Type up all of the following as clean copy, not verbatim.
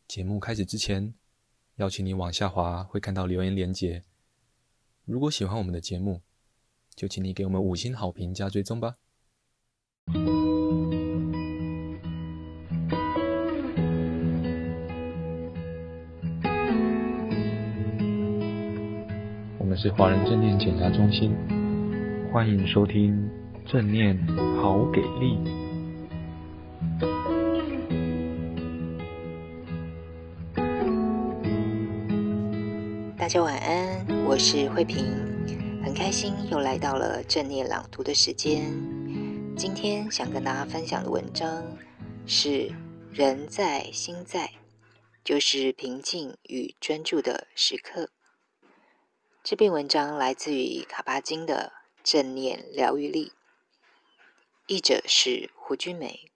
节目开始之前，邀请你往下滑，会看到留言连结。如果喜欢我们的节目，就请你给我们5星好评加追踪吧。我们是华人正念减压中心，欢迎收听正念好给力。 大家晚安，我是慧萍，很开心又来到了正念朗读的时间。今天想跟大家分享的文章是人在心在，就是平静与专注的时刻。这篇文章来自于卡巴金的正念疗愈力，译者是胡君梅。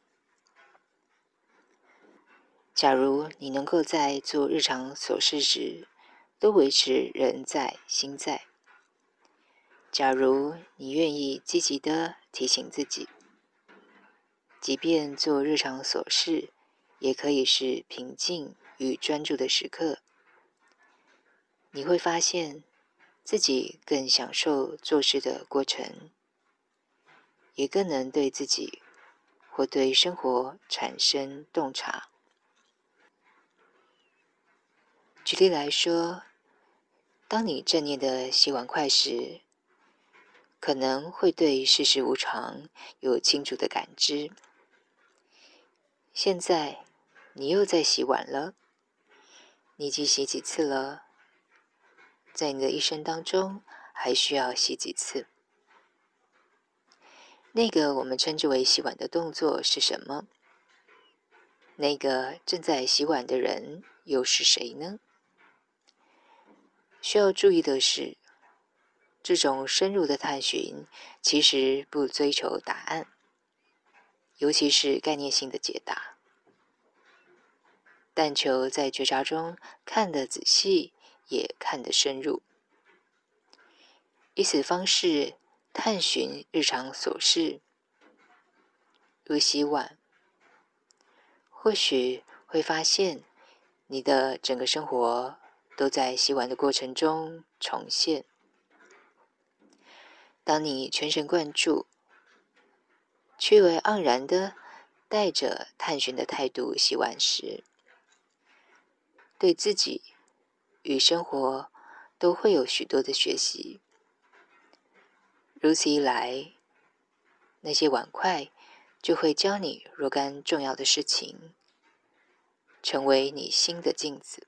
假如你能够在做日常琐事时都维持人在心在，假如你愿意积极地提醒自己，即便做日常琐事也可以是平静与专注的时刻，你会发现自己更享受做事的过程，也更能对自己或对生活产生洞察。举例来说，当你正念地洗碗筷时，可能会对世事无常有清楚的感知。现在你又在洗碗了，你已经洗几次了？在你的一生当中，还需要洗几次？那个我们称之为洗碗的动作是什么？那个正在洗碗的人又是谁呢？需要注意的是，这种深入的探寻其实不追求答案，尤其是概念性的解答，但求在觉察中看得仔细，也看得深入。以此方式探寻日常琐事，如洗碗，或许会发现你的整个生活都在洗碗的过程中重现。当你全神贯注、趋为盎然的带着探寻的态度洗碗时，对自己与生活都会有许多的学习。如此一来，那些碗筷就会教你若干重要的事情，成为你新的镜子。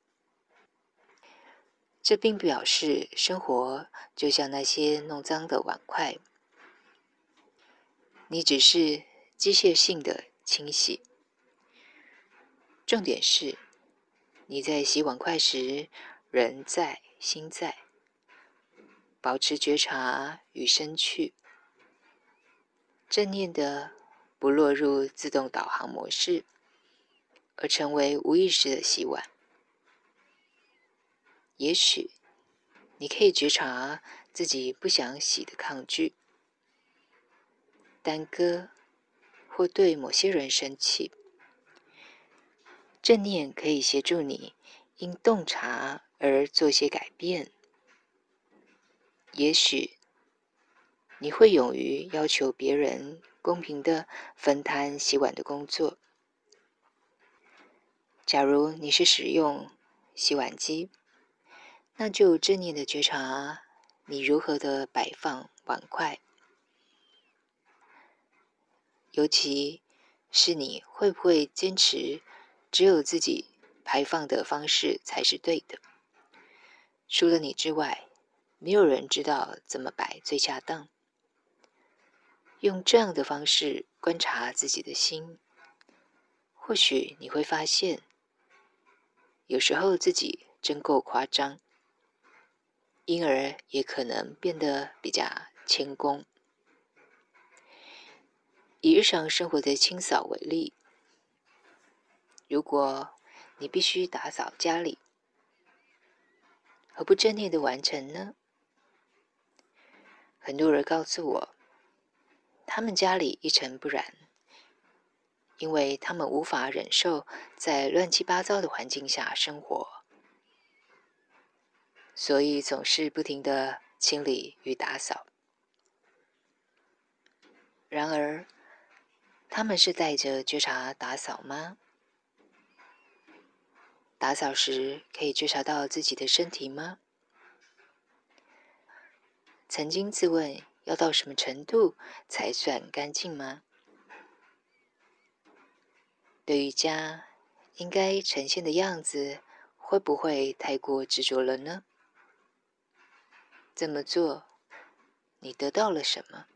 这并不表示生活就像那些弄脏的碗筷，你只是机械性的清洗。重点是，你在洗碗筷时，人在心在，保持觉察与生趣，正念的不落入自动导航模式，而成为无意识的洗碗。也许你可以觉察自己不想洗的抗拒、耽搁或对某些人生气。正念可以协助你因洞察而做些改变。也许你会勇于要求别人公平地分摊洗碗的工作。假如你是使用洗碗机，那就正念地觉察你如何的摆放碗筷，尤其是你会不会坚持只有自己排放的方式才是对的，除了你之外，没有人知道怎么摆最恰当。用这样的方式观察自己的心，或许你会发现，有时候自己真够夸张，因而也可能变得比较谦恭。以日常生活的清扫为例，如果你必须打扫家里，何不正念地完成呢？很多人告诉我，他们家里一尘不染， 因为他们无法忍受在乱七八糟的环境下生活，所以总是不停地清理与打扫。然而，他们是带着觉察打扫吗？打扫时可以觉察到自己的身体吗？曾经自问要到什么程度才算干净吗？对于家应该呈现的样子，会不会太过执着了呢？这么做，你得到了什么？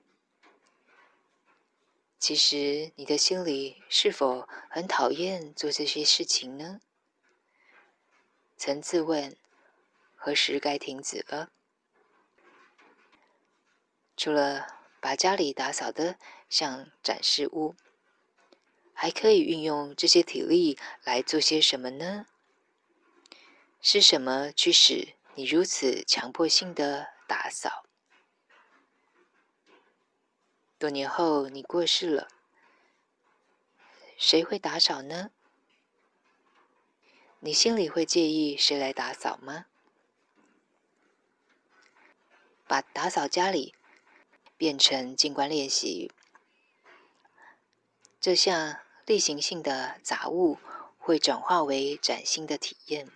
其实你的心里是否很讨厌做这些事情呢？曾自问何时该停止了？除了把家里打扫得像展示屋，还可以运用这些体力来做些什么呢？是什么驱使你如此强迫性的打扫？多年后你过世了，谁会打扫呢？你心里会介意谁来打扫吗？把打扫家里变成静观练习，这项例行性的杂物会转化为崭新的体验。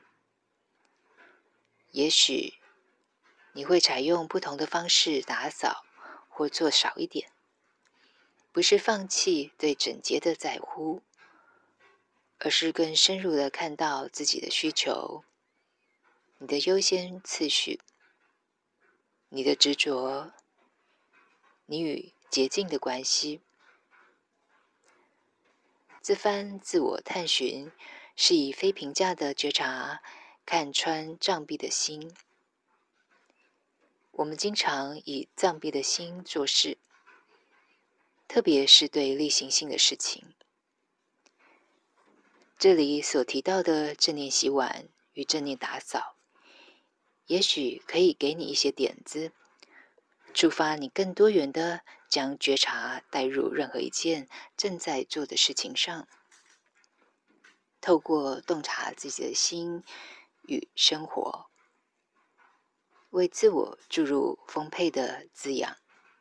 也许你会采用不同的方式打扫，或做少一点，不是放弃对整洁的在乎，而是更深入地看到自己的需求，你的优先次序，你的执着，你与洁净的关系。这番自我探寻，是以非评价的觉察看穿障蔽的心。我们经常以障蔽的心做事，特别是对例行性的事情。这里所提到的正念洗碗与正念打扫，也许可以给你一些点子，触发你更多元的将觉察带入任何一件正在做的事情上，透过洞察自己的心与生活，为自我注入丰沛的滋养。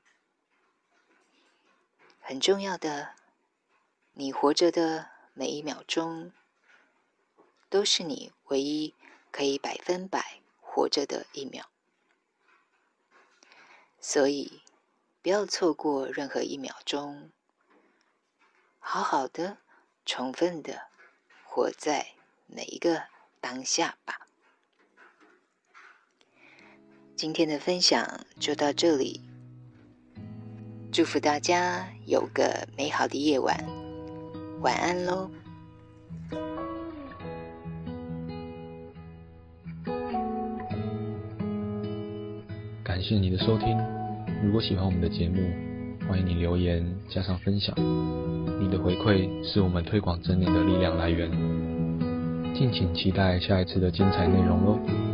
很重要的，你活着的每一秒钟，都是你唯一可以100%活着的一秒。所以，不要错过任何一秒钟，好好的、充分的活在每一个当下吧。今天的分享就到这里，祝福大家有个美好的夜晚，晚安喽。 感谢你的收听，如果喜欢我们的节目，欢迎你留言加上分享，你的回馈是我们推广正念的力量来源。敬请期待下一次的精彩内容咯。